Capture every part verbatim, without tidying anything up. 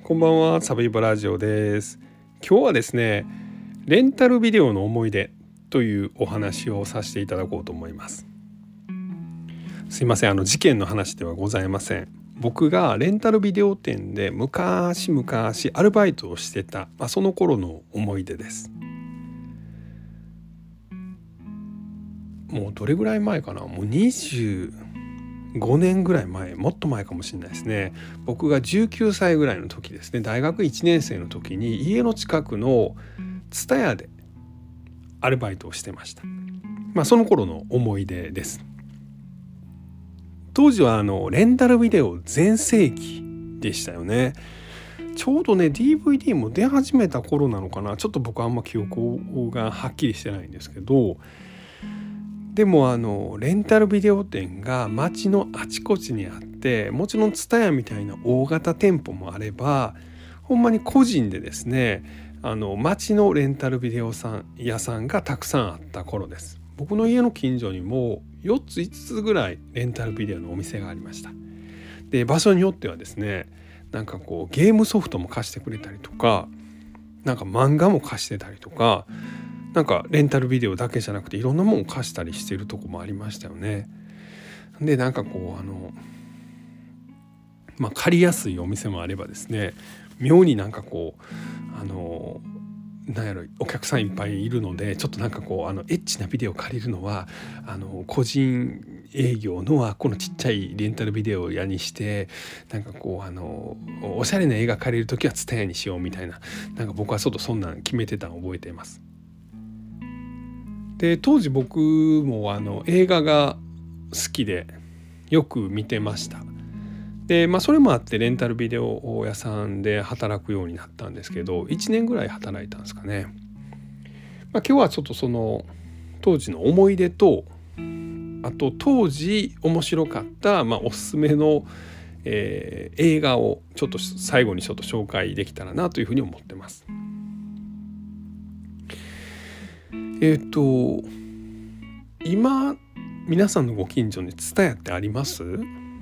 こんばんは、サブイボラジオです。今日はですね、レンタルビデオの思い出というお話をさせていただこうと思います。すいません、あの事件の話ではございません。僕がレンタルビデオ店で昔々アルバイトをしてた、まあ、その頃の思い出です。もうどれぐらい前かな、もうにじゅうごねんぐらい前、もっと前かもしれないですね。僕がじゅうきゅうさいぐらいの時ですね、大学いちねん生の時に家の近くのTSUTAYAでアルバイトをしてました。まあその頃の思い出です。当時はあのレンタルビデオ全盛期でしたよね。ちょうどね ディーブイディー も出始めた頃なのかな、ちょっと僕はあんま記憶がはっきりしてないんですけど、でもあのレンタルビデオ店が街のあちこちにあって、もちろんTSUTAYAみたいな大型店舗もあれば、ほんまに個人でですね、あの街のレンタルビデオさん屋さんがたくさんあった頃です。僕の家の近所にもよっついつつぐらいレンタルビデオのお店がありました。で場所によってはですね、なんかこうゲームソフトも貸してくれたりとか、なんか漫画も貸してたりとか、なんかレンタルビデオだけじゃなくていろんなものを貸したりしてるとこもありましたよね。でなんかこうあのまあ借りやすいお店もあればですね、妙になんかこうあのなんやろ、お客さんいっぱいいるので、ちょっとなんかこうあのエッチなビデオを借りるのはあの個人営業のはこのちっちゃいレンタルビデオ屋にして、なんかこうあのおしゃれな映画借りるときはTSUTAYAにしようみたいな、なんか僕はちょっとそんなん決めてたのを覚えています。で当時僕もあの映画が好きでよく見てました。でまあそれもあってレンタルビデオ屋さんで働くようになったんですけど、いちねんぐらい働いたんですかね。まあ、今日はちょっとその当時の思い出と、あと当時面白かった、まあ、おすすめの、えー、映画をちょっと最後にちょっと紹介できたらなというふうに思ってます。えっと今皆さんのご近所にTSUTAYAってあります？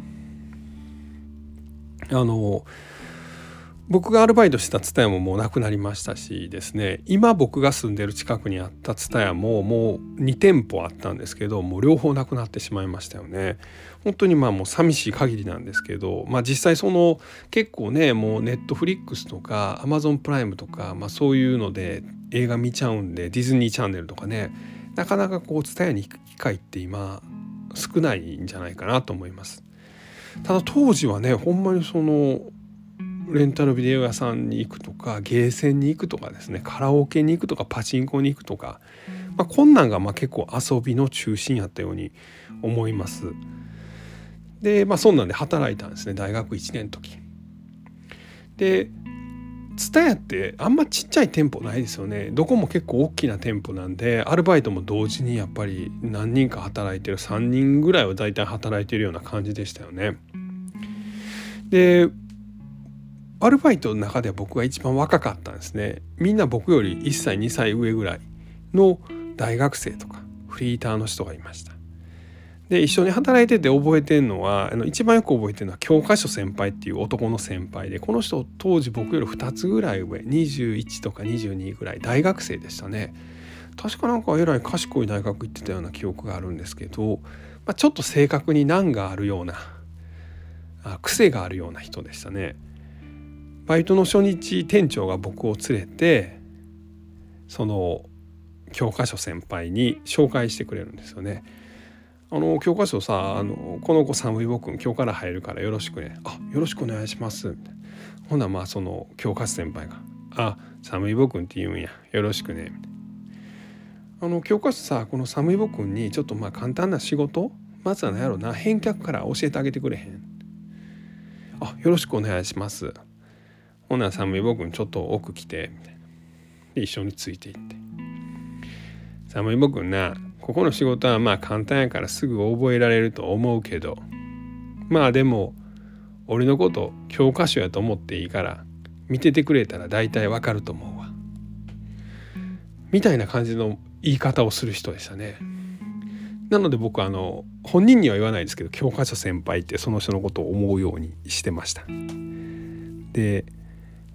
あの僕がアルバイトしたTSUTAYAももうなくなりましたしですね、今僕が住んでる近くにあったTSUTAYAももうに店舗あったんですけど、もう両方なくなってしまいましたよね。本当にまあもう寂しい限りなんですけど、まあ実際その結構ね、もうネットフリックスとかアマゾンプライムとか、まあそういうので映画見ちゃうんで、ディズニーチャンネルとかね、なかなかこうTSUTAYAに行く機会って今少ないんじゃないかなと思います。ただ当時はね、ほんまにそのレンタルビデオ屋さんに行くとか、ゲーセンに行くとかですね、カラオケに行くとか、パチンコに行くとか、まあ、こんなんがまあ結構遊びの中心やったように思います。でまあそんなんで働いたんですね、大学いちねんの時で。TSUTAYAってあんまちっちゃい店舗ないですよね。どこも結構大きな店舗なんで、アルバイトも同時にやっぱり何人か働いてる、さんにんぐらいは大体働いてるような感じでしたよね。でアルバイトの中では僕が一番若かったんですね。みんな僕よりいっさいにさい上ぐらいの大学生とかフリーターの人がいました。で一緒に働いてて覚えてるのは、あの一番よく覚えてるのは教科書先輩っていう男の先輩で、この人当時僕よりふたつぐらい上、にじゅういちとかにじゅうにぐらい、大学生でしたね。確かなんかえらい賢い大学行ってたような記憶があるんですけど、まあ、ちょっと性格に難があるような、あ癖があるような人でしたね。バイトの初日、店長が僕を連れてその教科書先輩に紹介してくれるんですよね。あの教科書さ、あのこの子寒い僕今日から入るからよろしくね。あ、よろしくお願いしますみたいな。ほなまあその教科書先輩が、あ、寒い僕って言うんや、よろしくねみたいな。あの教科書さ、この寒い僕にちょっとまあ簡単な仕事、まずは何やろな、返却から教えてあげてくれへん。あ、よろしくお願いします。ほな寒い僕にちょっと奥来てみたいな。で一緒についていって、寒い僕な、ここの仕事はまあ簡単やからすぐ覚えられると思うけど、まあでも俺のこと教科書やと思っていいから見ててくれたら大体わかると思うわ、みたいな感じの言い方をする人でしたね。なので僕はあの本人には言わないですけど、教科書先輩ってその人のことを思うようにしてました。で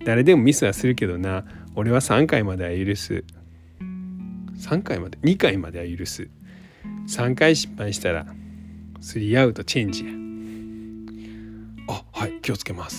誰でもミスはするけどな、俺はさんかいまでは許す。さんかいまでにかいまでは許す。さんかい失敗したらスリーアウトチェンジや。あ、はい気をつけます。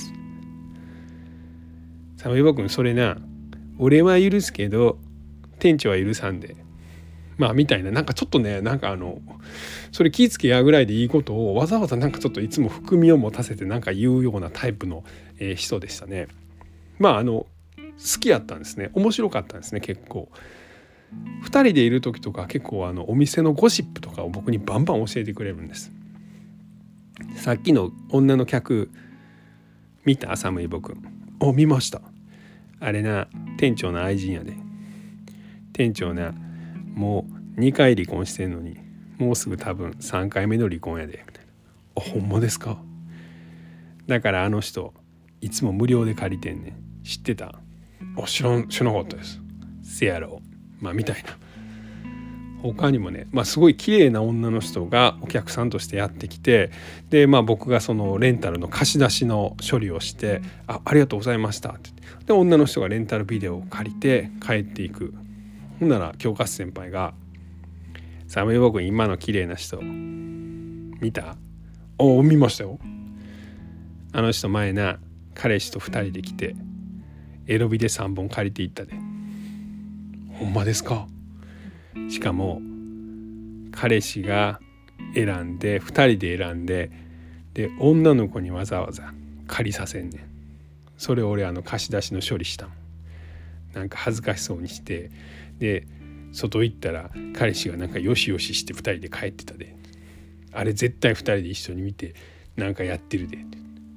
サメボ君それな、俺は許すけど店長は許さんで、まあみたいな、なんかちょっとね、なんかあのそれ気ぃつけやぐらいでいいことをわざわざなんかちょっといつも含みを持たせてなんか言うようなタイプの、えー、人でしたね。まああの好きやったんですね。面白かったんですね。結構ふたりでいる時とか結構あのお店のゴシップとかを僕にバンバン教えてくれるんです。さっきの女の客見た？寒い僕。お、見ました。あれな、店長の愛人やで。店長な、もうにかい離婚してんのにもうすぐ多分さんかいめの離婚やでみたいな。あ、ほんまですか？だからあの人いつも無料で借りてんねん。知ってた？あ、知らん、知らなかったです。せやろ、まあみたいな。他にもね、まあ、すごい綺麗な女の人がお客さんとしてやってきて、で、まあ、僕がそのレンタルの貸し出しの処理をして「あ、ありがとうございました」って言って、で女の人がレンタルビデオを借りて帰っていく。ほんなら京勝先輩が「サムイボ君今の綺麗な人見た？お、見ましたよ。あの人前な彼氏とふたりで来てエロビでさんぼん借りていったで。ほんまですか？しかも彼氏が選んでふたりで選んで、で女の子にわざわざ借りさせんねん。それを俺あの貸し出しの処理したもん。なんか恥ずかしそうにして、で外行ったら彼氏がなんかよしよししてふたりで帰ってたで。あれ絶対ふたりで一緒に見てなんかやってるで。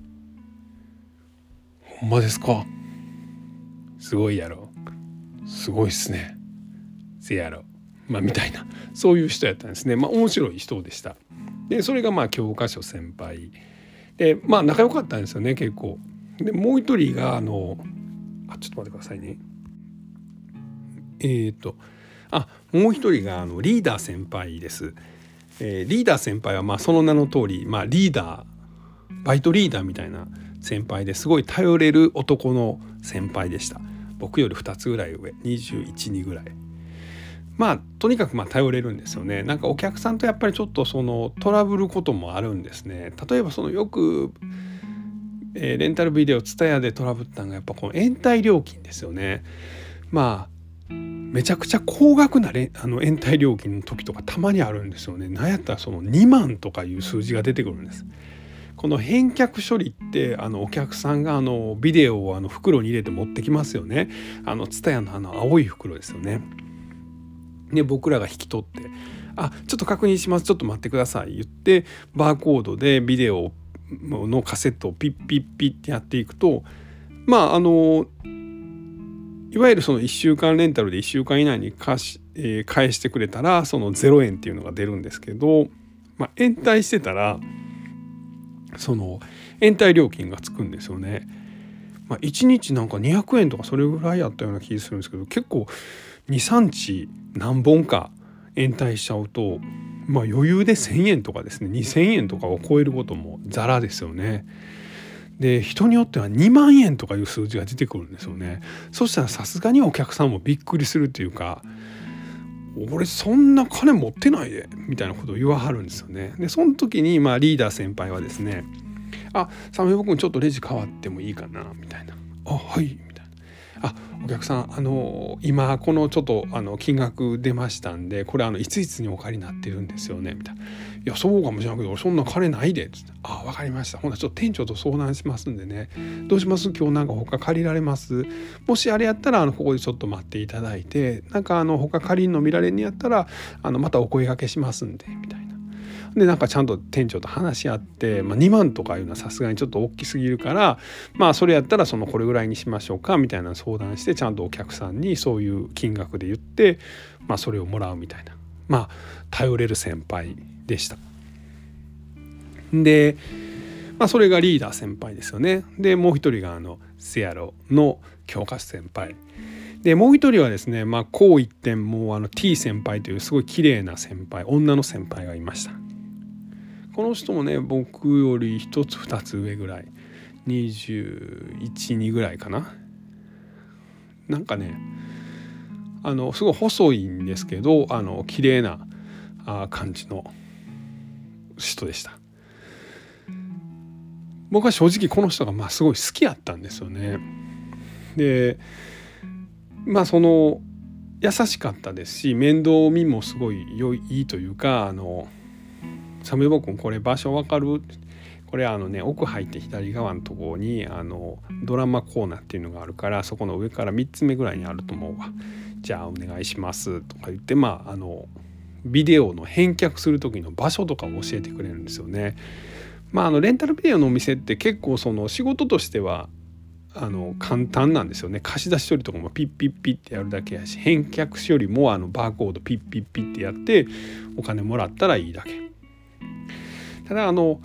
ほんまですか？すごいやろ。すごいっすね。せやろ。まあみたいな、そういう人やったんですね。まあ面白い人でした。でそれがまあ教科書先輩で、まあ仲良かったんですよね結構。でもう一人があのあちょっと待ってくださいね。えー、っとあもう一人があのリーダー先輩です。えー、リーダー先輩はまあその名の通り、まあ、リーダーバイトリーダーみたいな先輩ですごい頼れる男の先輩でした。僕よりふたつぐらい上、にじゅういち、にぐらい。まあとにかくまあ頼れるんですよね。なんかお客さんとやっぱりちょっとそのトラブることもあるんですね。例えばそのよく、えー、レンタルビデオTSUTAYAでトラブったのがやっぱこの延滞料金ですよね。まあめちゃくちゃ高額なレあの延滞料金の時とかたまにあるんですよね。なんやったらそのにまんとかいう数字が出てくるんです。この返却処理ってあのお客さんがあのビデオをあの袋に入れて持ってきますよね。あのTSUTAYAのあの青い袋ですよね。で僕らが引き取って「あちょっと確認します、ちょっと待ってください」言ってバーコードでビデオのカセットをピッピッピッってやっていくと、まああのいわゆるそのいっしゅうかんレンタルでいっしゅうかん以内に貸し、えー、返してくれたらそのゼロえんっていうのが出るんですけど、まあ、延滞してたらその延滞料金がつくんですよね。まあ、いちにちなんかにひゃくえんとかそれぐらいやったような気がするんですけど、結構にさんち何本か延滞しちゃうと、まあ、余裕でせんえんとかですねにせんえんとかを超えることもザラですよね。で人によってはにまんえんとかいう数字が出てくるんですよね。そしたらさすがにお客さんもびっくりするっていうか、俺そんな金持ってないでみたいなことを言わはるんですよね。でその時にまあリーダー先輩はですね「あサメボ君ちょっとレジ変わってもいいかな」みたいな「あはい」みたいな「あお客さんあの今このちょっとあの金額出ましたんでこれあのいついつにお借りになってるんですよね」みたいな「いやそうかもしれないけど俺そんな金ないで」っつって「あ分かりました、ほんならちょっと店長と相談しますんでね、どうします、今日なんか他借りられます、もしあれやったらあのここでちょっと待っていただいて、なんかあの他借りるの見られんにやったらあのまたお声掛けしますんで」みたいな。でなんかちゃんと店長と話し合って、まあ、にまんとかいうのはさすがにちょっと大きすぎるからまあそれやったらそのこれぐらいにしましょうかみたいな相談してちゃんとお客さんにそういう金額で言って、まあ、それをもらうみたいな、まあ頼れる先輩でした。で、まあ、それがリーダー先輩ですよね。でもう一人があのセアロの教科書先輩で、もう一人はですね、まあこう一点もうあの T 先輩というすごい綺麗な先輩、女の先輩がいました。この人もね僕より一つ二つ上ぐらいにじゅういち、にぐらいかななんかねあのすごい細いんですけどあの綺麗なあ感じの人でした。僕は正直この人がまあすごい好きやったんですよね。でまあその優しかったですし面倒見もすごい良いいいというかあのサムイボ君これ場所わかる？これあのね奥入って左側のところにあのドラマコーナーっていうのがあるからそこの上からみっつめぐらいにあると思うわ。じゃあお願いしますとか言ってまああのビデオの返却する時の場所とかを教えてくれるんですよね。まああのレンタルビデオのお店って結構その仕事としてはあの簡単なんですよね。貸し出し処理とかもピッピッピッってやるだけやし返却処理もあのバーコードピッピッピッってやってお金もらったらいいだけ。ただあの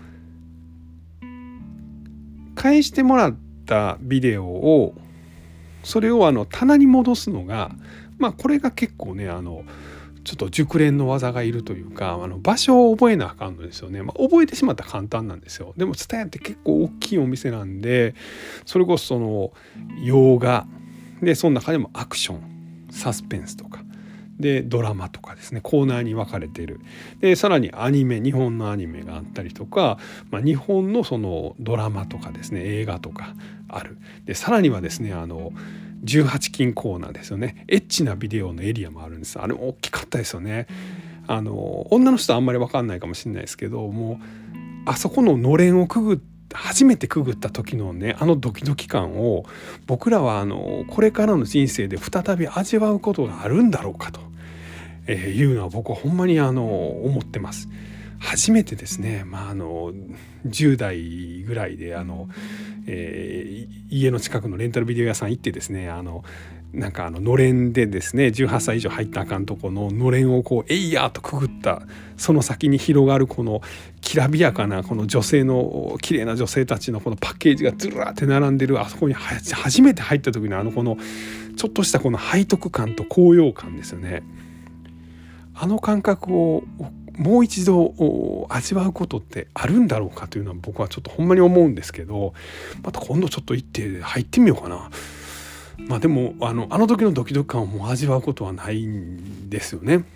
返してもらったビデオをそれをあの棚に戻すのがまあこれが結構ねあのちょっと熟練の技がいるというかあの場所を覚えなあかんのですよね。まあ、覚えてしまったら簡単なんですよ。でもTSUTAYAって結構大きいお店なんでそれこそその洋画でその中でもアクションサスペンスとかでドラマとかですねコーナーに分かれている。でさらにアニメ日本のアニメがあったりとか、まあ、日本のそのドラマとかですね映画とかある。でさらにはですねあのじゅうはち禁コーナーですよね。エッチなビデオのエリアもあるんです。あれも大きかったですよね。あの女の人はあんまり分かんないかもしれないですけどもうあそこののれんをくぐって初めてくぐった時のねあのドキドキ感を僕らはあのこれからの人生で再び味わうことがあるんだろうかというのは僕はほんまにあの思ってます。初めてですね、まあ、あのじゅう代ぐらいであの、えー、家の近くのレンタルビデオ屋さん行ってですねあのなんかあののれんでですねじゅうはっさい以上入ったらあかんとこののれんをこうえいやーとくぐったその先に広がるこのきらびやかなこの女性の綺麗な女性たちのこのパッケージがずらーって並んでるあそこに初めて入った時のあのこのちょっとしたこの背徳感と高揚感ですよね。あの感覚をもう一度味わうことってあるんだろうかというのは僕はちょっとほんまに思うんですけどまた今度ちょっと行って入ってみようかな。まあでもあのあの時のドキドキ感をもう味わうことはないんですよね。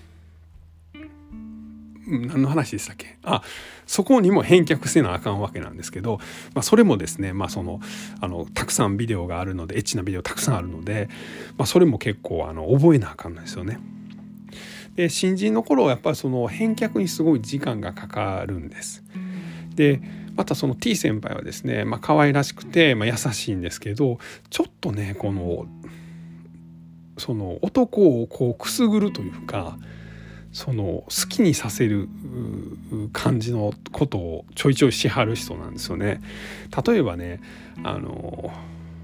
何の話でしたっけ？あ、そこにも返却せなあかんわけなんですけど、まあ、それもですね、まあ、そのあのたくさんビデオがあるのでエッチなビデオたくさんあるので、まあ、それも結構あの覚えなあかんのですよね。で新人の頃はやっぱりその返却にすごい時間がかかるんです。でまたその T 先輩はですね、まあ可愛らしくて、まあ、優しいんですけどちょっとねこのその男をこうくすぐるというかその好きにさせる感じのことをちょいちょいしはる人なんですよね。例えばねあの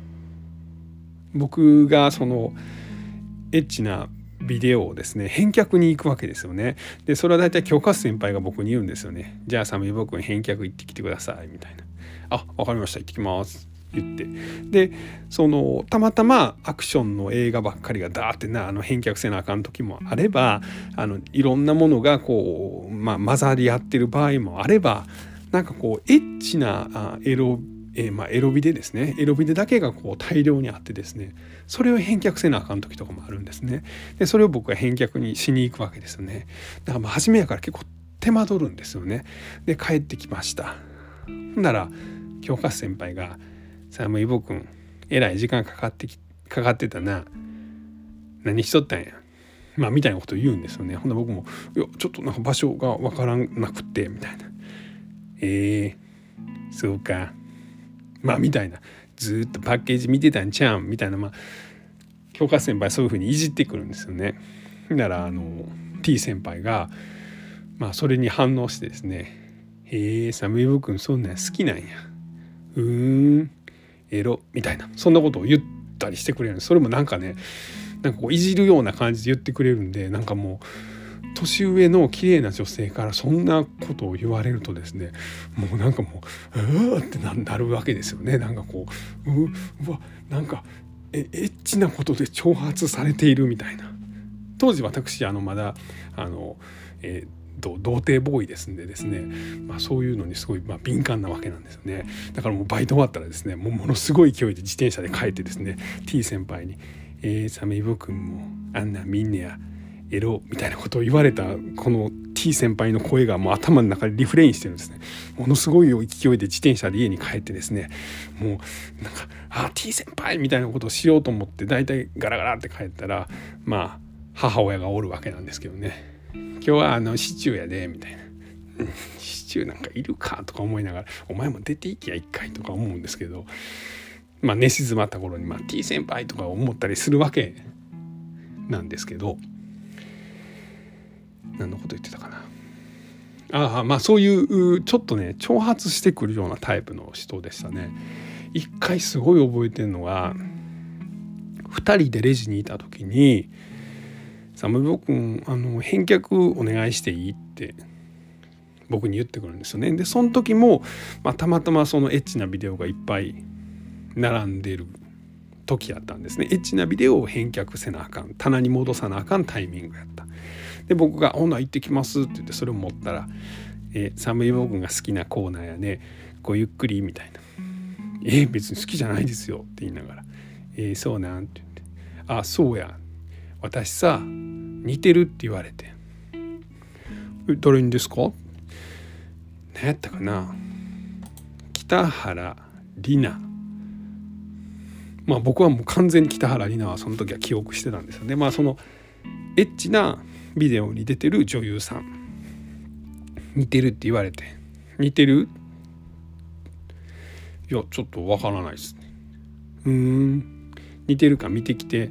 僕がそのエッチなビデオをですね返却に行くわけですよね。でそれはだいたい教科先輩が僕に言うんですよね。じゃあサムイボ君返却行ってきてくださいみたいな。あ、わかりました、行ってきます言ってでそのたまたまアクションの映画ばっかりがダーってなあの返却せなあかん時もあればあのいろんなものがこう、まあ、混ざり合ってる場合もあればなんかこうエッチなあエロえー、まあエロビデですねエロビデだけがこう大量にあってですねそれを返却せなあかん時とかもあるんですね。でそれを僕は返却にしに行くわけですよね。だからまあ初めやから結構手間取るんですよね。で帰ってきました。ほんなら教科先輩が「サムイボ君えらい時間かかってきかかってたな何しとったんや」まあみたいなことを言うんですよね。ほんで僕も「いやちょっとなんか場所がわからなくて」みたいな「えー、そうかまあ」みたいなずっとパッケージ見てたんちゃうんみたいなまあ教科先輩そういうふうにいじってくるんですよね。ならあの T 先輩がまあそれに反応してですね「へえサムイボ君そんなん好きなんやうーんエロ」みたいなそんなことを言ったりしてくれるんです。それもなんかねなんかこういじるような感じで言ってくれるんでなんかもう年上の綺麗な女性からそんなことを言われるとですねもうなんかもううわーってなるわけですよね。なんかこう う, うわなんかえエッチなことで挑発されているみたいな。当時私あのまだあの、えと童貞ボーイですんでですね、まあ、そういうのにすごいまあ敏感なわけなんですよね。だからもうバイト終わったらですね、もうものすごい勢いで自転車で帰ってですね T 先輩に「えー、サメイボくんもあんなみんなやエロ」みたいなことを言われたこの T 先輩の声がもう頭の中でリフレインしてるんですね。ものすごい勢いで自転車で家に帰ってですね、もうなんか「あ T 先輩」みたいなことをしようと思ってだいたいガラガラって帰ったら、まあ母親がおるわけなんですけどね「今日はあのシチューやで」みたいな「シチューなんかいるか」とか思いながら「お前も出ていきや一回」とか思うんですけど、まあ寝静まった頃に、まあ、T 先輩とか思ったりするわけなんですけど、何のこと言ってたかな。ああ、まあそういうちょっとね挑発してくるようなタイプの人でしたね。一回すごい覚えてるのが、ふたりでレジにいた時に「サムボ君あの返却お願いしていい?」って僕に言ってくるんですよね。でその時も、まあ、たまたまそのエッチなビデオがいっぱい並んでる時やったんですね。エッチなビデオを返却せなあかん、棚に戻さなあかんタイミングやった。で僕が「ほな行ってきます」って言ってそれを持ったら「えサムイボ君が好きなコーナーやね、ごゆっくり」みたいな「え別に好きじゃないですよ」って言いながら「えー、そうなん」って言って「あそうや私さ似てるって言われて」え「誰にですか?」何やったかな、北原里奈。まあ僕はもう完全に北原里奈はその時は記憶してたんですよね。まあそのエッチなビデオに出てる女優さん似てるって言われて「似てる?」いやちょっとわからないですね。うーん似てるか見てきて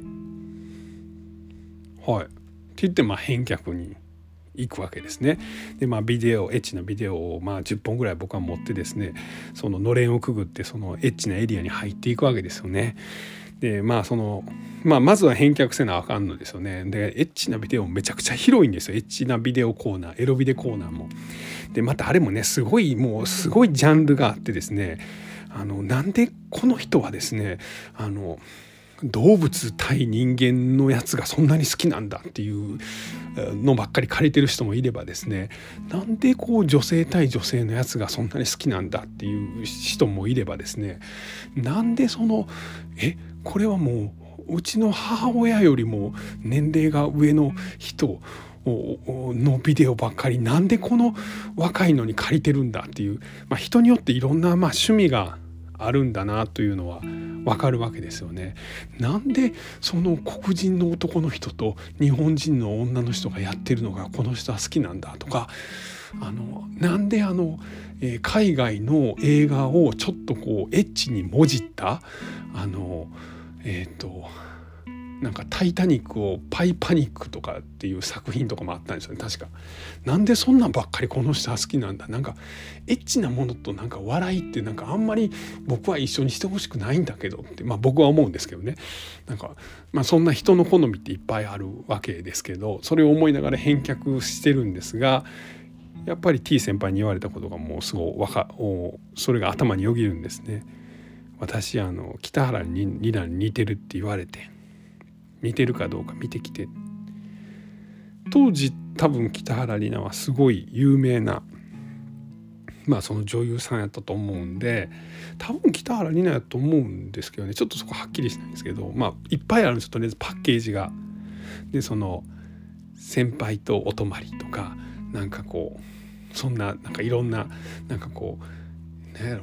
はいって言って、まあ返却に行くわけですね。でまあビデオエッチなビデオをまあじゅっぽんぐらい僕は持ってですね、そののれんをくぐってそのエッチなエリアに入っていくわけですよね。でまあそのまあまずは返却せなあかんのですよね。でエッチなビデオもめちゃくちゃ広いんですよ。エッチなビデオコーナー、エロビデコーナーも。でまたあれもねすごいもうすごいジャンルがあってですね、あのなんでこの人はですねあの動物対人間のやつがそんなに好きなんだっていうのばっかり借りてる人もいればですね、なんでこう女性対女性のやつがそんなに好きなんだっていう人もいればですね、なんでそのえこれはもううちの母親よりも年齢が上の人のビデオばっかりなんでこの若いのに借りてるんだっていう、まあ、人によっていろんなまあ趣味があるんだなというのは分かるわけですよね。なんでその黒人の男の人と日本人の女の人がやってるのがこの人は好きなんだとか、あのなんであの、えー、海外の映画をちょっとこうエッチにもじったあのえっとなんかタイタニックをパイパニックとかっていう作品とかもあったんですよね確か。なんでそんなんばっかりこの人は好きなんだ、なんかエッチなものとなんか笑いってなんかあんまり僕は一緒にしてほしくないんだけどって、まあ僕は思うんですけどね。なんかまあそんな人の好みっていっぱいあるわけですけど、それを思いながら返却してるんですが、やっぱり T 先輩に言われたことがもうすごいわかそれが頭によぎるんですね。私あの北原里奈に似てるって言われて、似てるかどうか見てきて。当時多分北原里奈はすごい有名なまあその女優さんやったと思うんで、多分北原里奈やと思うんですけどね、ちょっとそこはっきりしないんですけど、まあいっぱいあるんですよとりあえずパッケージが。でその先輩とお泊まりとかなんかこうそんななんかいろんななんかこう何やろう、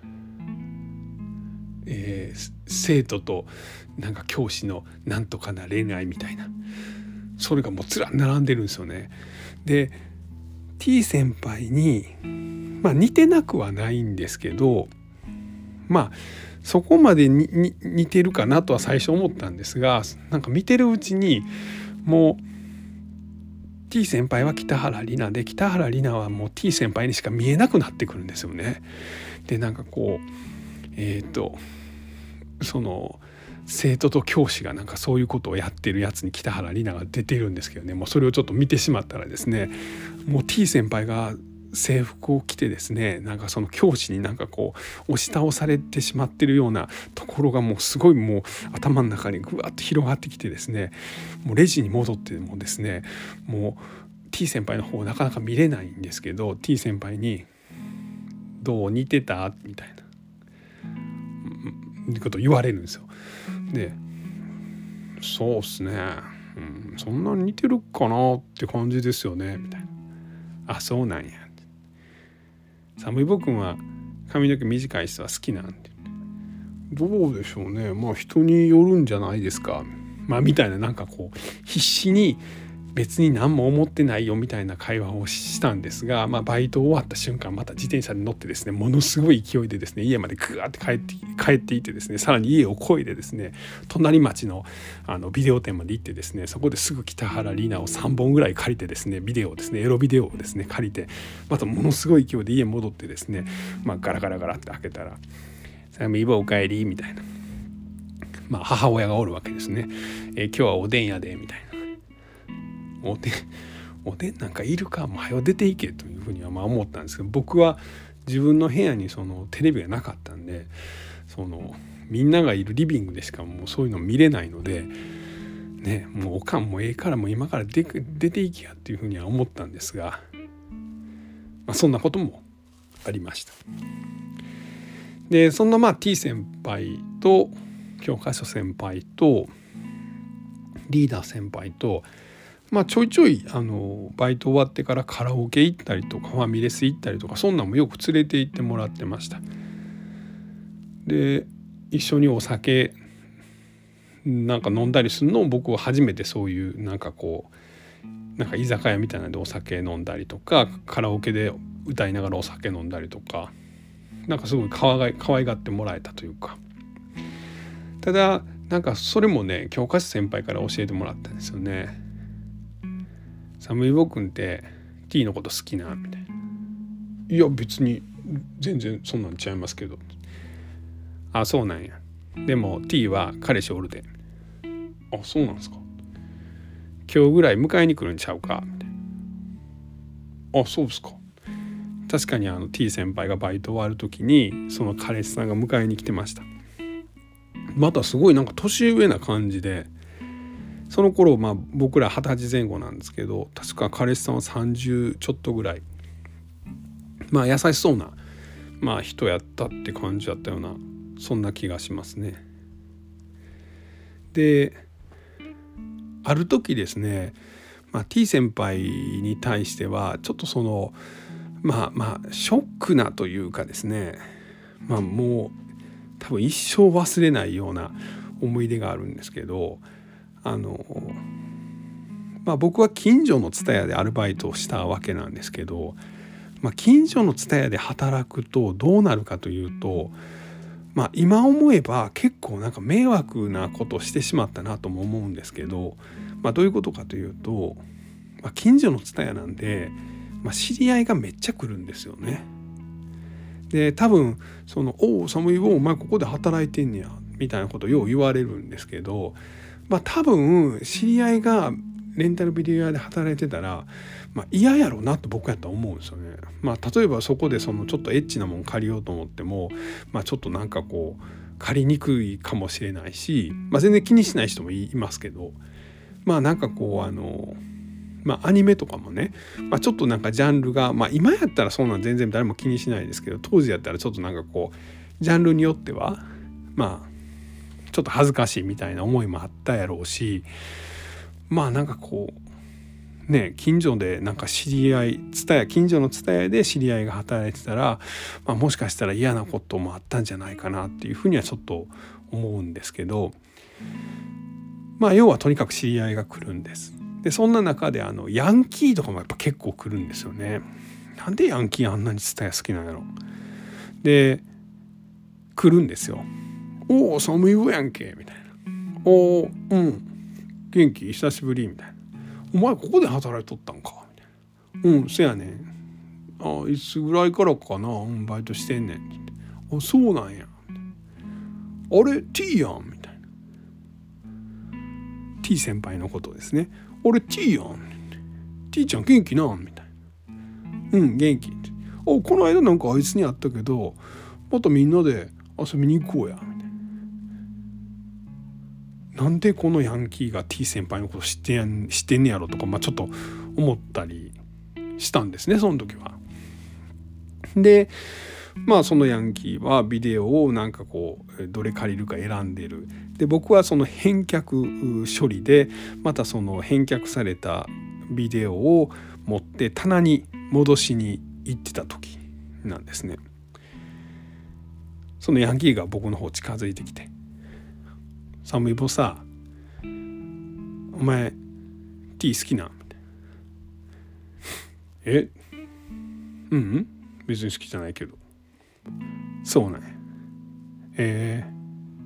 えー、生徒となんか教師のなんとかな恋愛みたいな、それがもうずらっ並んでるんですよね。で T 先輩にまあ似てなくはないんですけど、まあそこまでにに似てるかなとは最初思ったんですが、なんか見てるうちにもう T 先輩は北原里奈で北原里奈はもう T 先輩にしか見えなくなってくるんですよね。でなんかこうえっとその生徒と教師がなんかそういうことをやってるやつに北原里奈が出てるんですけどね、もうそれをちょっと見てしまったらですね、もう T 先輩が制服を着てですね、なんかその教師になんかこう押し倒されてしまってるようなところがもうすごいもう頭の中にぐわっと広がってきてですね、もうレジに戻ってもですね、もう T 先輩の方なかなか見れないんですけど、 T 先輩にどう似てたみたいなこと言われるんですよ。でそうっすね、うん、そんなに似てるかなって感じですよねみたいな。あ、そうなんや。寒いぼくんは髪の毛短い人は好きなんて。どうでしょうね、まあ人によるんじゃないですか、まあみたいな、なんかこう必死に別に何も思ってないよみたいな会話をしたんですが、まあ、バイト終わった瞬間また自転車に乗ってですね、ものすごい勢いでですね家までグワーって帰って帰っていってですね、さらに家を越えてですね隣町のあのビデオ店まで行ってですね、そこですぐ北原里奈をさんぼんぐらい借りてですね、ビデオをですねエロビデオをですね借りて、またものすごい勢いで家戻ってですね、まあ、ガラガラガラって開けたら「寒いぼおかえり」みたいな、まあ母親がおるわけですね。えー、今日はおでんやでみたいな。おでんおでんなんかいるか、もう早う出ていけというふうにはまあ思ったんですけど、僕は自分の部屋にそのテレビがなかったんで、そのみんながいるリビングでしかもうそういうの見れないのでね、もうおかんもええからもう今から出出ていけやっていうふうには思ったんですが、まあ、そんなこともありました。でそんなまあ T 先輩と教科書先輩とリーダー先輩と、まあ、ちょいちょいあのバイト終わってからカラオケ行ったりとかファミレス行ったりとか、そんなんもよく連れて行ってもらってました。で一緒にお酒なんか飲んだりするのを僕は初めて、そういうなんかこうなんか居酒屋みたいなのでお酒飲んだりとか、カラオケで歌いながらお酒飲んだりとか、なんかすごいかわが可愛がってもらえたというか。ただなんかそれもね教科書先輩から教えてもらったんですよね。寒いぼくんって T のこと好きなみたいな。いや別に全然そんなんちゃいますけど。あ、そうなんや。でも T は彼氏おるで。あ、そうなんですか。今日ぐらい迎えに来るんちゃうかみたいな。あ、そうですか。確かにあの T 先輩がバイト終わる時にその彼氏さんが迎えに来てました。またすごいなんか年上な感じで、その頃まあ僕らはたち前後なんですけど、確か彼氏さんはさんじゅうちょっとぐらい、まあ優しそうなまあ人やったって感じだったような、そんな気がしますね。である時ですね、まあ、T 先輩に対してはちょっとそのまあまあショックなというかですね、まあもう多分一生忘れないような思い出があるんですけど、あのまあ僕は近所の蔦屋でアルバイトをしたわけなんですけど、まあ、近所の蔦屋で働くとどうなるかというと、まあ今思えば結構なんか迷惑なことをしてしまったなとも思うんですけど、まあどういうことかというと、まあ、近所の蔦屋なんで、まあ、知り合いがめっちゃ来るんですよね。で多分その「おお寒いおお前ここで働いてんねや」みたいなことをよう言われるんですけど、まあ多分知り合いがレンタルビデオ屋で働いてたら、まあ、嫌やろうなと僕やったら思うんですよね。まあ例えばそこでそのちょっとエッチなもん借りようと思っても、まあちょっとなんかこう借りにくいかもしれないし、まあ全然気にしない人もいますけど、まあなんかこうあのまあアニメとかもね、まあ、ちょっとなんかジャンルが、まあ今やったらそんなん全然誰も気にしないですけど、当時やったらちょっとなんかこうジャンルによってはまあちょっと恥ずかしいみたいな思いもあったやろうし、まあなんかこうね近所でなんか知り合い蔦屋近所の蔦屋で知り合いが働いてたら、まあ、もしかしたら嫌なこともあったんじゃないかなっていうふうにはちょっと思うんですけど、まあ要はとにかく知り合いが来るんです。でそんな中であのヤンキーとかもやっぱ結構来るんですよね。なんでヤンキーあんなに蔦屋好きなんやろ。で来るんですよ。おお寒いぼやんけみたいな。おおうん元気久しぶりみたいな。お前ここで働いとったんかみたいな。うんせやねん。あいつぐらいからかな、うん、バイトしてんねんって。あそうなんや。あれ T やんみたいな。T 先輩のことですね。あれ T やん。T ちゃん元気なんみたいな。うん元気って。あこの間なんかあいつに会ったけど、またみんなで遊びに行こうやみたいな。なんでこのヤンキーが T 先輩のこと知ってん知ってんねやろとか、まあ、ちょっと思ったりしたんですね、その時は。でまあそのヤンキーはビデオをなんかこうどれ借りるか選んでる。で僕はその返却処理でまたその返却されたビデオを持って棚に戻しに行ってた時なんですね。そのヤンキーが僕の方近づいてきて「サムイボさ、お前ティー好きなん？」みたいな。えうんうん別に好きじゃないけど。そうなんや。えー、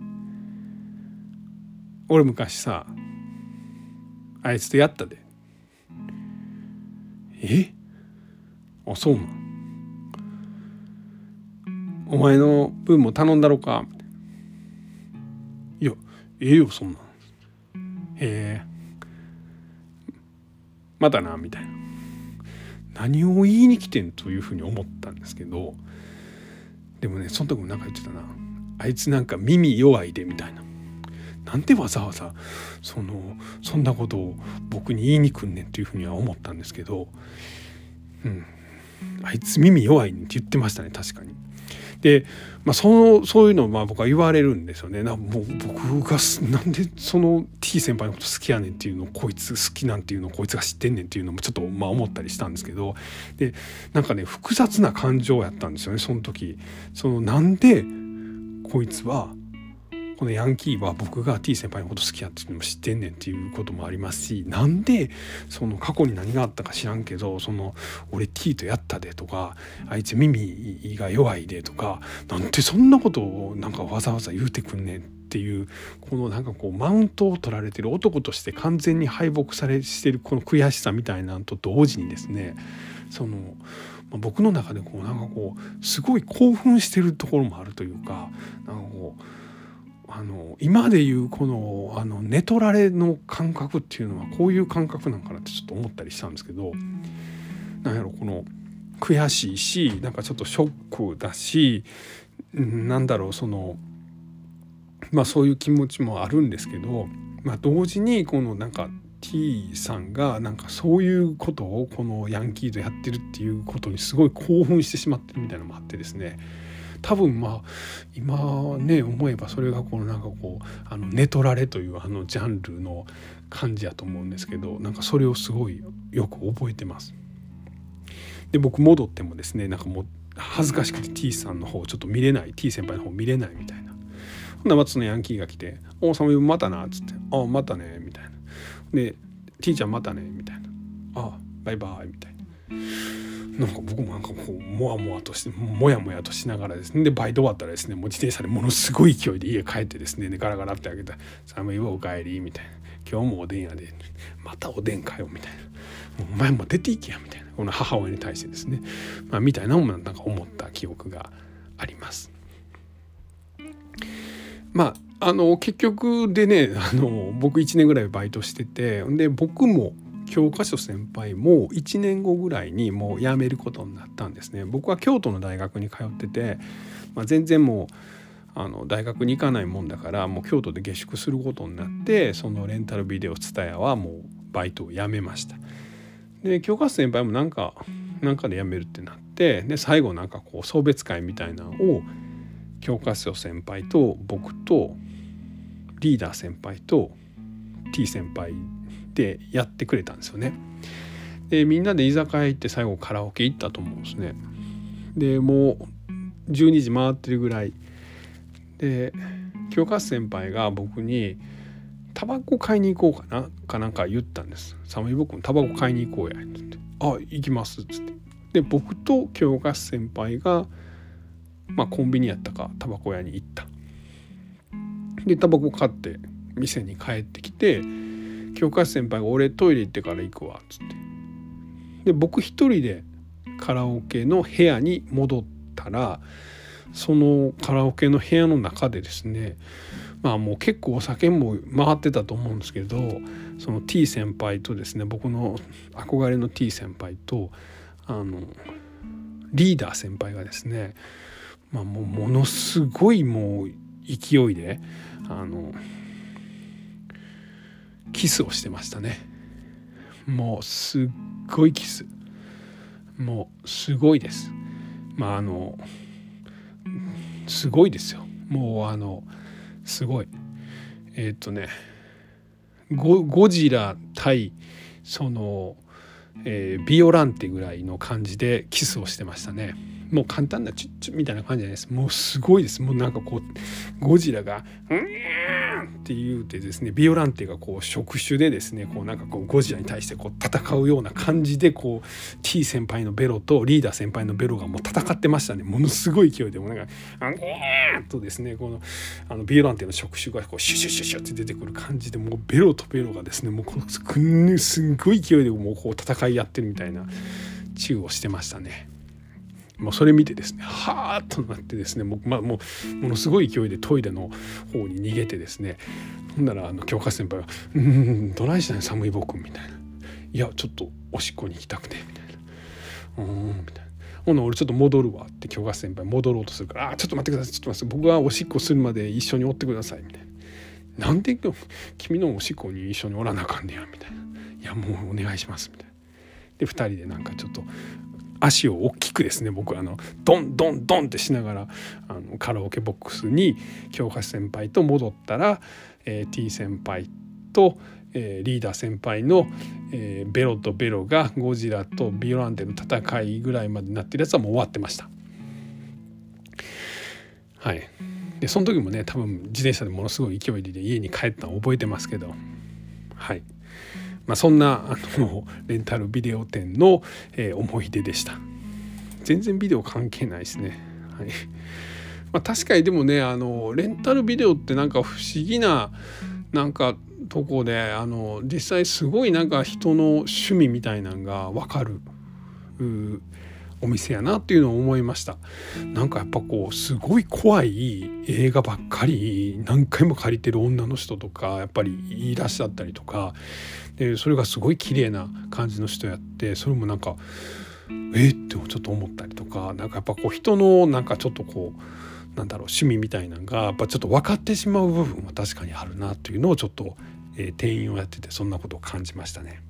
俺昔さあいつとやったで。えあそうなん。お前の分も頼んだろか。いやええよそんなん。へえまたなみたいな。何を言いに来てんというふうに思ったんですけど、でもねその時もなんか言ってたな。あいつなんか耳弱いでみたいな。なんでわざわざそのそんなことを僕に言いに来んねんというふうには思ったんですけど、うん、あいつ耳弱いねんって言ってましたね確かに。で、まあ、そのそういうのをまあ僕は言われるんですよね。なもう僕がなんでその T 先輩のこと好きやねんっていうのをこいつ好きなんていうのをこいつが知ってんねんっていうのもちょっとまあ思ったりしたんですけど、でなんかね複雑な感情やったんですよねその時。そのなんでこいつはこのヤンキーは僕が T 先輩のこと好きやっていうのも知ってんねんっていうこともありますし、なんでその過去に何があったか知らんけどその俺 T とやったでとかあいつ耳が弱いでとかなんでそんなことをなんかわざわざ言うてくんねんっていうこのなんかこうマウントを取られてる男として完全に敗北されしてるこの悔しさみたいなのと同時にですね、その僕の中でこうなんかこうすごい興奮してるところもあるというか、なんかこうあの今でいうこのあの寝取られの感覚っていうのはこういう感覚なんかなってちょっと思ったりしたんですけど、なんやろこの悔しいしなんかちょっとショックだし、なんだろうそのまあそういう気持ちもあるんですけど、まあ同時にこのなんか T さんがなんかそういうことをこのヤンキーとやってるっていうことにすごい興奮してしまってるみたいなのもあってですね、多分まあ今ね思えばそれがこのなんかこうあの寝取られというあのジャンルの感じやと思うんですけど、なんかそれをすごいよく覚えてます。で僕戻ってもですねなんかもう恥ずかしくて T さんの方ちょっと見れない T 先輩の方見れないみたいな。ほんならまたそのヤンキーが来て「おサムまたな」っつって「あまたね」みたいな。で「T ちゃんまたね」みたいな「あバイバイ」みたいな。なんか僕もなんかこうモワモワとしてモヤモヤとしながらですね、でバイト終わったらですねもう自転車でものすごい勢いで家帰ってですねでガラガラって開けたら「寒いわおかえり」みたいな「今日もおでんやで」またおでんかよみたいな「お前も出ていけや」みたいなこの母親に対してですね、まあ、みたいなのもなんか思った記憶があります。まああの結局でねあの僕いちねんぐらいバイトしてて、で僕も教科書先輩もいちねんごぐらいにもう辞めることになったんですね。僕は京都の大学に通ってて、まあ、全然もうあの大学に行かないもんだからもう京都で下宿することになって、そのレンタルビデオTSUTAYAはもうバイトを辞めました。で教科書先輩もなんかなんかで辞めるってなって、で最後なんかこう送別会みたいなのを教科書先輩と僕とリーダー先輩と T 先輩でやってくれたんですよね。でみんなで居酒屋行って最後カラオケ行ったと思うんですね。でもうじゅうにじ回ってるぐらいで教科書先輩が僕にタバコ買いに行こうかなかなんか言ったんです。寒い僕もタバコ買いに行こうやって言って、あ行きますっつって、で僕と教科書先輩がまあコンビニやったかタバコ屋に行った。でタバコ買って店に帰ってきて、教科書先輩が俺トイレ行ってから行くわっつって、で僕一人でカラオケの部屋に戻ったら、そのカラオケの部屋の中でですね、まあもう結構お酒も回ってたと思うんですけど、その T 先輩とですね僕の憧れの T 先輩とあのリーダー先輩がですね、まあもうものすごいもう勢いであのキスをしてましたね。 もうすっごいキス、もうすごいです。まああのすごいですよ。もうあのすごいえー、っとね ゴ, ゴジラ対その、えー、ビオランテぐらいの感じでキスをしてましたね。もう簡単なチュッチュみたいな感じじゃないです。もうすごいです。もうなんかこうゴジラが「うん」って言うてですね、ビオランテがこう触手でですね、こうなんかこうゴジラに対してこう戦うような感じで、こう T 先輩のベロとリーダー先輩のベロがもう戦ってましたね。ものすごい勢いで、もうなんか「うん」とですね、このあのビオランテの触手がこうシュシュシュシュって出てくる感じで、もうベロとベロがですね、もうこのすんごい勢いでもうこう戦いやってるみたいなチューをしてましたね。もうそれ見てですね、はーっとなってですね、もう、まあ、もうものすごい勢いでトイレの方に逃げてですね、ほんならあの教科先輩が「うーんどないしたんや寒い僕」みたいな「いやちょっとおしっこに行きたくて」みたいな「うーん」みたいな「ほな俺ちょっと戻るわ」って教科先輩戻ろうとするから「あちょっと待ってくださいちょっと待って僕はおしっこするまで一緒におってください」みたいな「なんで君のおしっこに一緒におらなあかんねや」みたいな「いやもうお願いします」みたいな。でふたりでなんかちょっと足を大きくですね、僕あのドンドンドンってしながらあのカラオケボックスに教科先輩と戻ったら、えー、T 先輩と、えー、リーダー先輩の、えー、ベロとベロがゴジラとビオランテの戦いぐらいまでなってるやつはもう終わってました。はい。でその時もね、多分自転車でものすごい勢いで家に帰ったの覚えてますけど、はい。まあ、そんなあのレンタルビデオ店の、えー、思い出でした。全然ビデオ関係ないですね。はい。まあ、確かにでもね、あのレンタルビデオってなんか不思議ななんかとこで、あの実際すごいなんか人の趣味みたいなのが分かるお店やなっていうのを思いました。なんかやっぱこうすごい怖い映画ばっかり何回も借りてる女の人とかやっぱりいらっしゃったりとかで、それがすごい綺麗な感じの人やって、それもなんかえってちょっと思ったりとか、なんかやっぱこう人のなんかちょっとこうなんだろう趣味みたいなのがやっぱちょっと分かってしまう部分は確かにあるなというのをちょっと、えー、店員をやっててそんなことを感じましたね。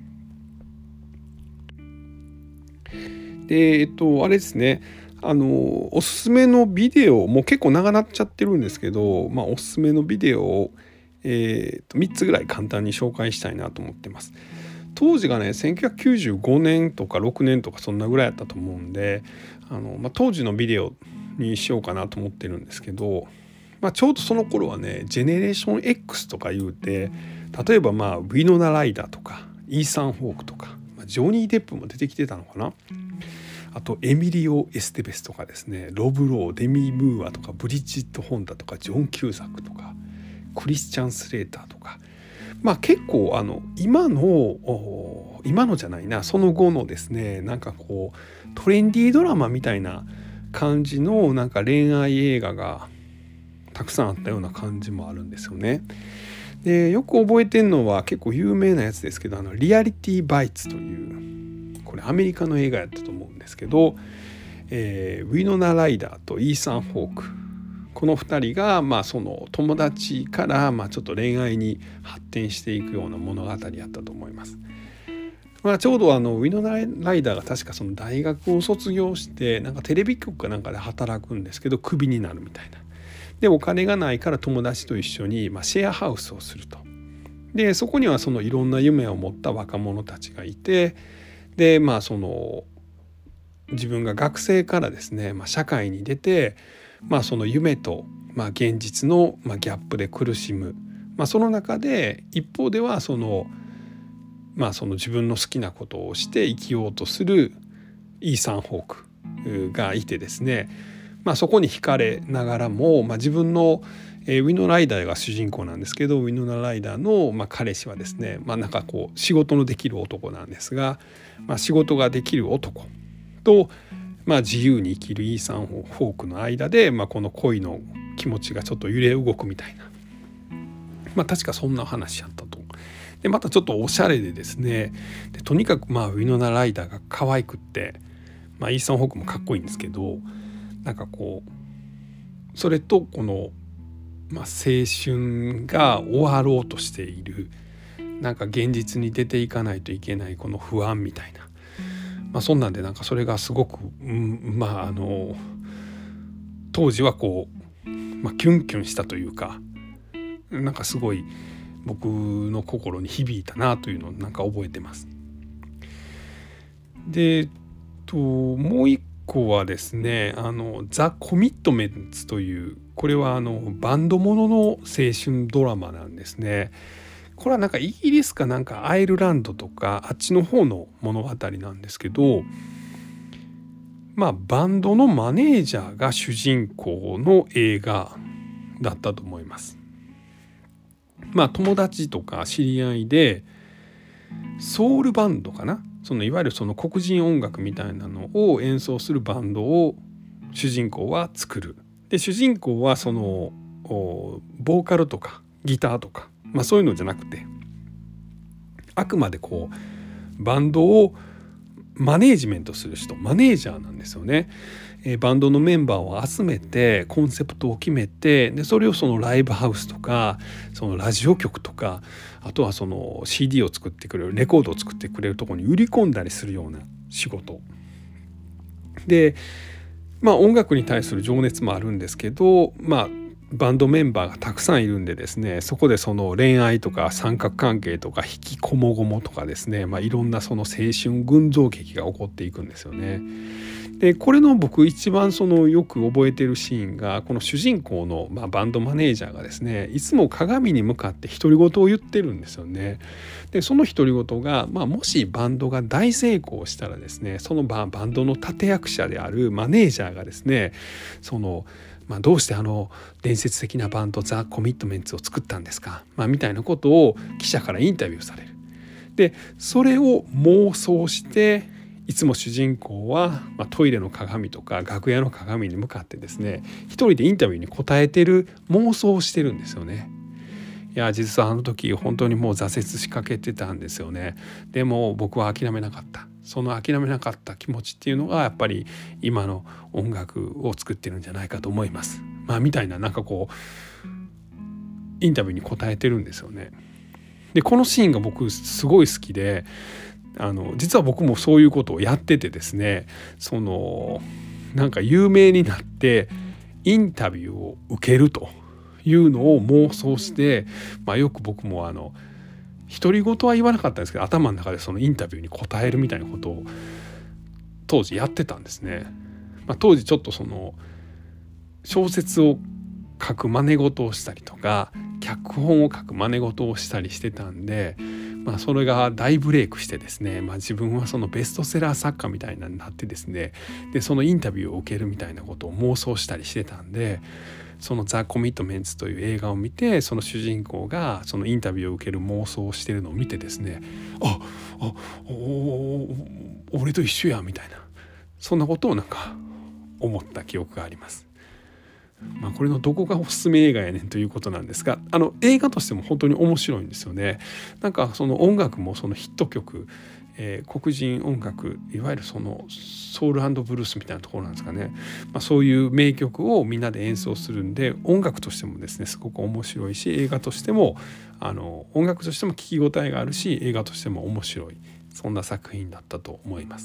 でえっとあれですね、あのおすすめのビデオもう結構長なっちゃってるんですけど、まあ、おすすめのビデオを、えー、とみっつぐらい簡単に紹介したいなと思ってます。当時がねせんきゅうひゃくきゅうじゅうごねんとかろくねんとかそんなぐらいやったと思うんで、あの、まあ、当時のビデオにしようかなと思ってるんですけど、まあ、ちょうどその頃はねジェネレーション X とか言うて、例えばまあウィノナ・ライダーとかイーサン・ホークとか、まあ、ジョニー・デップも出てきてたのかな。あとエミリオ・エステベスとかですね、ロブ・ロー、デミ・ムーアとかブリジット・ホンダとかジョン・キューザックとかクリスチャン・スレーターとか、まあ結構あの今の今のじゃないなその後のですね、なんかこうトレンディードラマみたいな感じのなんか恋愛映画がたくさんあったような感じもあるんですよね。でよく覚えてるのは結構有名なやつですけど、あのリアリティバイツというこれアメリカの映画やったと思うんですけど、えー、ウィノナ・ライダーとイーサン・ホーク、このふたりがまあその友達からまあちょっと恋愛に発展していくような物語やったと思います。まあ、ちょうどあのウィノナ・ライダーが確かその大学を卒業してなんかテレビ局かなんかで働くんですけどクビになるみたいな。でお金がないから友達と一緒にまあシェアハウスをすると。でそこにはそのいろんな夢を持った若者たちがいて、でまあその自分が学生からですね、まあ、社会に出て、まあ、その夢と、まあ、現実の、まあ、ギャップで苦しむ、まあ、その中で一方ではその、まあ、その自分の好きなことをして生きようとするイーサン・ホークがいてですね、まあ、そこに惹かれながらも、まあ、自分のえー、ウィノライダーが主人公なんですけど、ウィノナライダーの、まあ、彼氏はですね、まあ、なんかこう仕事のできる男なんですが、まあ、仕事ができる男と、まあ、自由に生きるイーサン・ホークの間で、まあ、この恋の気持ちがちょっと揺れ動くみたいな、まあ、確かそんな話やったと。でまたちょっとおしゃれでですね、でとにかくまあウィノナライダーが可愛くって、まあ、イーサン・ホークもかっこいいんですけど、なんかこうそれとこのまあ、青春が終わろうとしているなんか現実に出ていかないといけないこの不安みたいな、まあ、そんなんでなんかそれがすごく、うん、まああの当時はこう、まあ、キュンキュンしたというか、なんかすごい僕の心に響いたなというのをなんか覚えてます。でともう一個はですね、あのザ・コミットメンツという、これはあのバンドものの青春ドラマなんですね。これはなんかイギリスかなんかアイルランドとかあっちの方の物語なんですけど、まあバンドのマネージャーが主人公の映画だったと思います。まあ友達とか知り合いでソウルバンドかな、そのいわゆるその黒人音楽みたいなのを演奏するバンドを主人公は作る。で主人公はそのボーカルとかギターとか、まあ、そういうのじゃなくて、あくまでこうバンドをマネージメントする人、マネージャーなんですよね。えー、バンドのメンバーを集めてコンセプトを決めて、でそれをそのライブハウスとかそのラジオ局とか、あとはその シーディー を作ってくれるレコードを作ってくれるところに売り込んだりするような仕事で、まあ音楽に対する情熱もあるんですけど、まあバンドメンバーがたくさんいるんでですね、そこでその恋愛とか三角関係とか引きこもごもとかですね、まあ、いろんなその青春群像劇が起こっていくんですよね。でこれの僕一番そのよく覚えているシーンが、この主人公のまあバンドマネージャーがですね、いつも鏡に向かって独り言を言ってるんですよね。でその独り言が、まあ、もしバンドが大成功したらですね、そのバンドの立役者であるマネージャーがですね、そのまあ、どうしてあの伝説的なバンドザ・コミットメンツを作ったんですか、まあ、みたいなことを記者からインタビューされる。でそれを妄想して、いつも主人公は、まあ、トイレの鏡とか楽屋の鏡に向かってですね、一人でインタビューに答えてる妄想をしてるんですよね。いや実はあの時本当にもう挫折しかけてたんですよね。でも僕は諦めなかった。その諦めなかった気持ちっていうのがやっぱり今の音楽を作ってるんじゃないかと思います。まあみたいな、なんかこうインタビューに答えてるんですよね。でこのシーンが僕すごい好きで、あの実は僕もそういうことをやっててですね、そのなんか有名になってインタビューを受けるというのを妄想して、まあ、よく僕もあの独り言は言わなかったんですけど、頭の中でそのインタビューに答えるみたいなことを当時やってたんですね。まあ、当時ちょっとその小説を書く真似事をしたりとか脚本を書く真似事をしたりしてたんで、まあ、それが大ブレイクしてですね、まあ、自分はそのベストセラー作家みたいになってですね、でそのインタビューを受けるみたいなことを妄想したりしてたんで、そのザ・コミットメンツという映画を見て、その主人公がそのインタビューを受ける妄想をしているのを見てですね、ああお俺と一緒やみたいな、そんなことをなんか思った記憶があります。まあ、これのどこがおすすめ映画やねんということなんですが、あの映画としても本当に面白いんですよね。なんかその音楽もそのヒット曲、えー、黒人音楽、いわゆるそのソウル&ブルースみたいなところなんですかね、まあ、そういう名曲をみんなで演奏するんで、音楽としてもですねすごく面白いし、映画としてもあの音楽としても聞き応えがあるし、映画としても面白い、そんな作品だったと思います。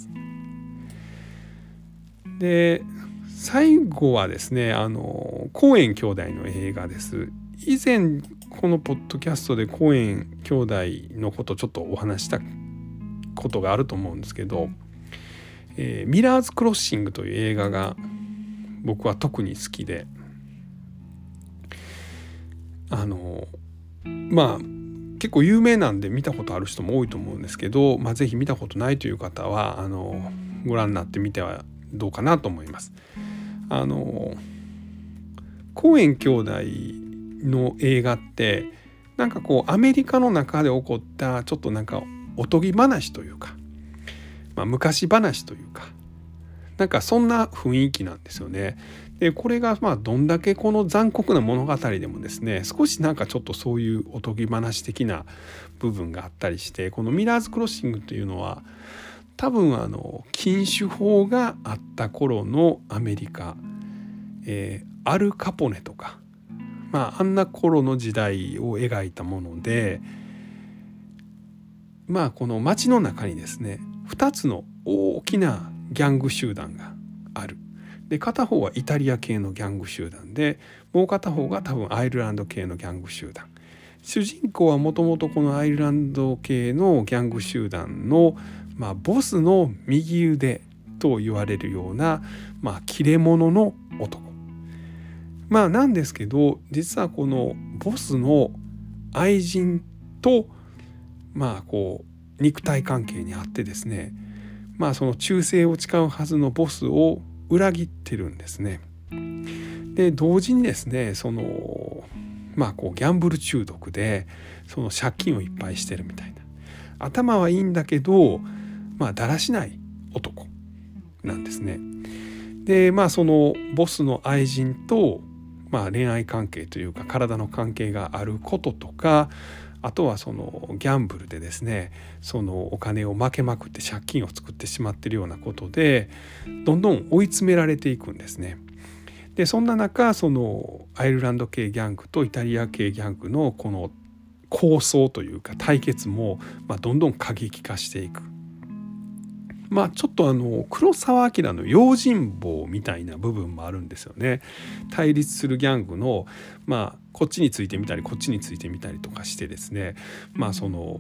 で最後はですね、あのコーエン兄弟の映画です。以前このポッドキャストでコーエン兄弟のことちょっとお話したことがあると思うんですけど、えー、ミラーズクロッシングという映画が僕は特に好きで、あのまあ結構有名なんで見たことある人も多いと思うんですけど、まあ、ぜひ見たことないという方はあのご覧になってみてはどうかなと思います。あのコーエン兄弟の映画ってなんかこうアメリカの中で起こったちょっとなんかおとぎ話というか、まあ、昔話というか、なんかそんな雰囲気なんですよね。でこれがまあどんだけこの残酷な物語でもですね、少しなんかちょっとそういうおとぎ話的な部分があったりして、このミラーズクロッシングというのは多分あの禁酒法があった頃のアメリカ、えー、アル・カポネとか、まあ、あんな頃の時代を描いたもので、 まあこの街の中にですねふたつの大きなギャング集団がある。で片方はイタリア系のギャング集団で、もう片方が多分アイルランド系のギャング集団。主人公はもともとこのアイルランド系のギャング集団の、まあ、ボスの右腕と言われるような、まあ、切れ者の男。まあなんですけど、実はこのボスの愛人とまあこう肉体関係にあってですね、まあその忠誠を誓うはずのボスを裏切ってるんですね。で同時にですね、そのまあこうギャンブル中毒でその借金をいっぱいしてるみたいな、頭はいいんだけどまあだらしない男なんですね。でまあそのボスの愛人とまあ恋愛関係というか体の関係があることとか、あとはそのギャンブルでですね、そのお金を負けまくって借金を作ってしまっているようなことでどんどん追い詰められていくんですね。でそんな中、そのアイルランド系ギャングとイタリア系ギャングのこの抗争というか対決もまあどんどん過激化していく。まあちょっとあの黒澤明の用心棒みたいな部分もあるんですよね。対立するギャングのまあこっちについてみたりこっちについてみたりとかしてですね、まあその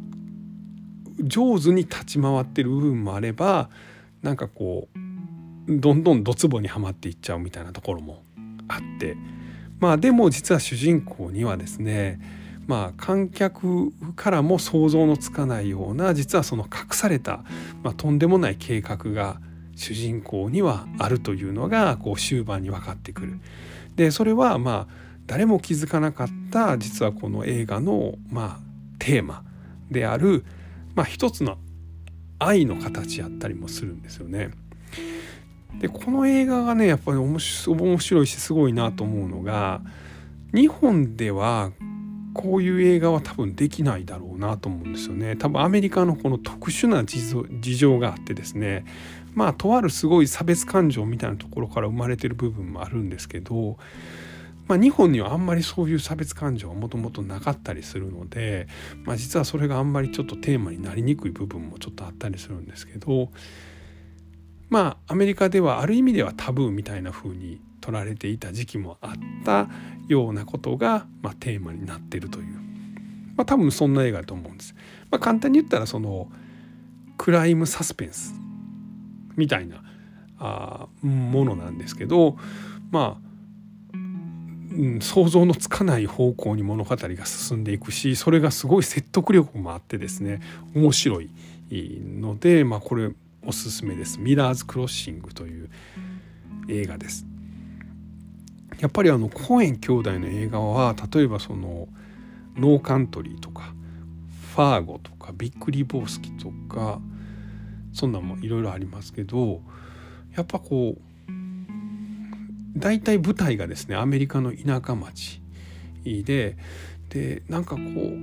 上手に立ち回ってる部分もあれば、なんかこうどんどんドツボにはまっていっちゃうみたいなところもあって、まあでも実は主人公にはですね、まあ観客からも想像のつかないような実はその隠された、まあ、とんでもない計画が主人公にはあるというのがこう終盤に分かってくる。でそれはまあ誰も気づかなかった実はこの映画のまあテーマである、まあ、一つの愛の形やったりもするんですよね。でこの映画がねやっぱり面白いしすごいなと思うのが、日本ではこういう映画は多分できないだろうなと思うんですよね。多分アメリカのこの特殊な事情があってですね、まあとあるすごい差別感情みたいなところから生まれてる部分もあるんですけど、まあ、日本にはあんまりそういう差別感情はもともとなかったりするので、まあ、実はそれがあんまりちょっとテーマになりにくい部分もちょっとあったりするんですけど、まあアメリカではある意味ではタブーみたいな風に取られていた時期もあったようなことが、まあ、テーマになっているという、まあ、多分そんな映画だと思うんです。まあ、簡単に言ったらそのクライムサスペンスみたいなあものなんですけど、まあうん、想像のつかない方向に物語が進んでいくし、それがすごい説得力もあってですね面白いので、まあ、これおすすめです。ミラーズクロッシングという映画です。やっぱりあのコエン兄弟の映画は例えばそのノーカントリーとかファーゴとかビッグリボースキとかそんなもいろいろありますけど、やっぱこう大体舞台がですねアメリカの田舎町で、でなんかこう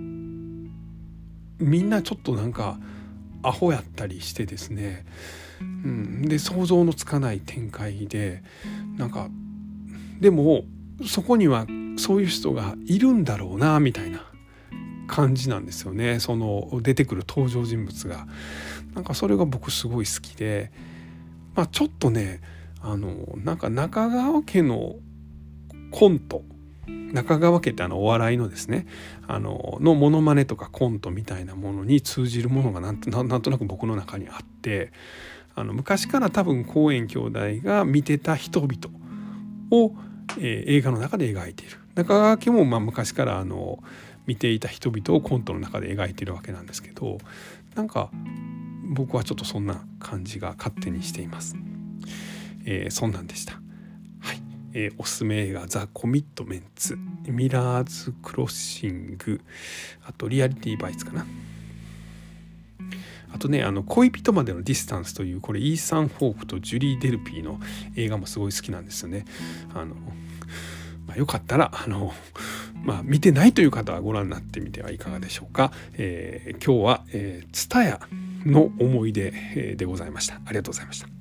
みんなちょっとなんかアホやったりしてですね、うん、で想像のつかない展開で、なんかでもそこにはそういう人がいるんだろうなみたいな感じなんですよね。その出てくる登場人物がなんかそれが僕すごい好きで、まあちょっとねあのなんか中川家のコント、中川家ってあのお笑いのですねあののモノマネとかコントみたいなものに通じるものがなんと、なんとなく僕の中にあって、あの昔から多分コエン兄弟が見てた人々を、えー、映画の中で描いている。中川家もまあ昔からあの見ていた人々をコントの中で描いているわけなんですけど、なんか僕はちょっとそんな感じが勝手にしています。えー、そんなんでした。はい、えー、おすすめ映画ザ・コミットメンツ、ミラーズ・クロッシング、あとリアリティ・バイツかな。あとね、あの恋人までのディスタンスというこれイーサン・ホークとジュリー・デルピーの映画もすごい好きなんですよね。あの、まあ、よかったらあの、まあ、見てないという方はご覧になってみてはいかがでしょうか。えー、今日は、えー、TSUTAYAの思い出でございました。ありがとうございました。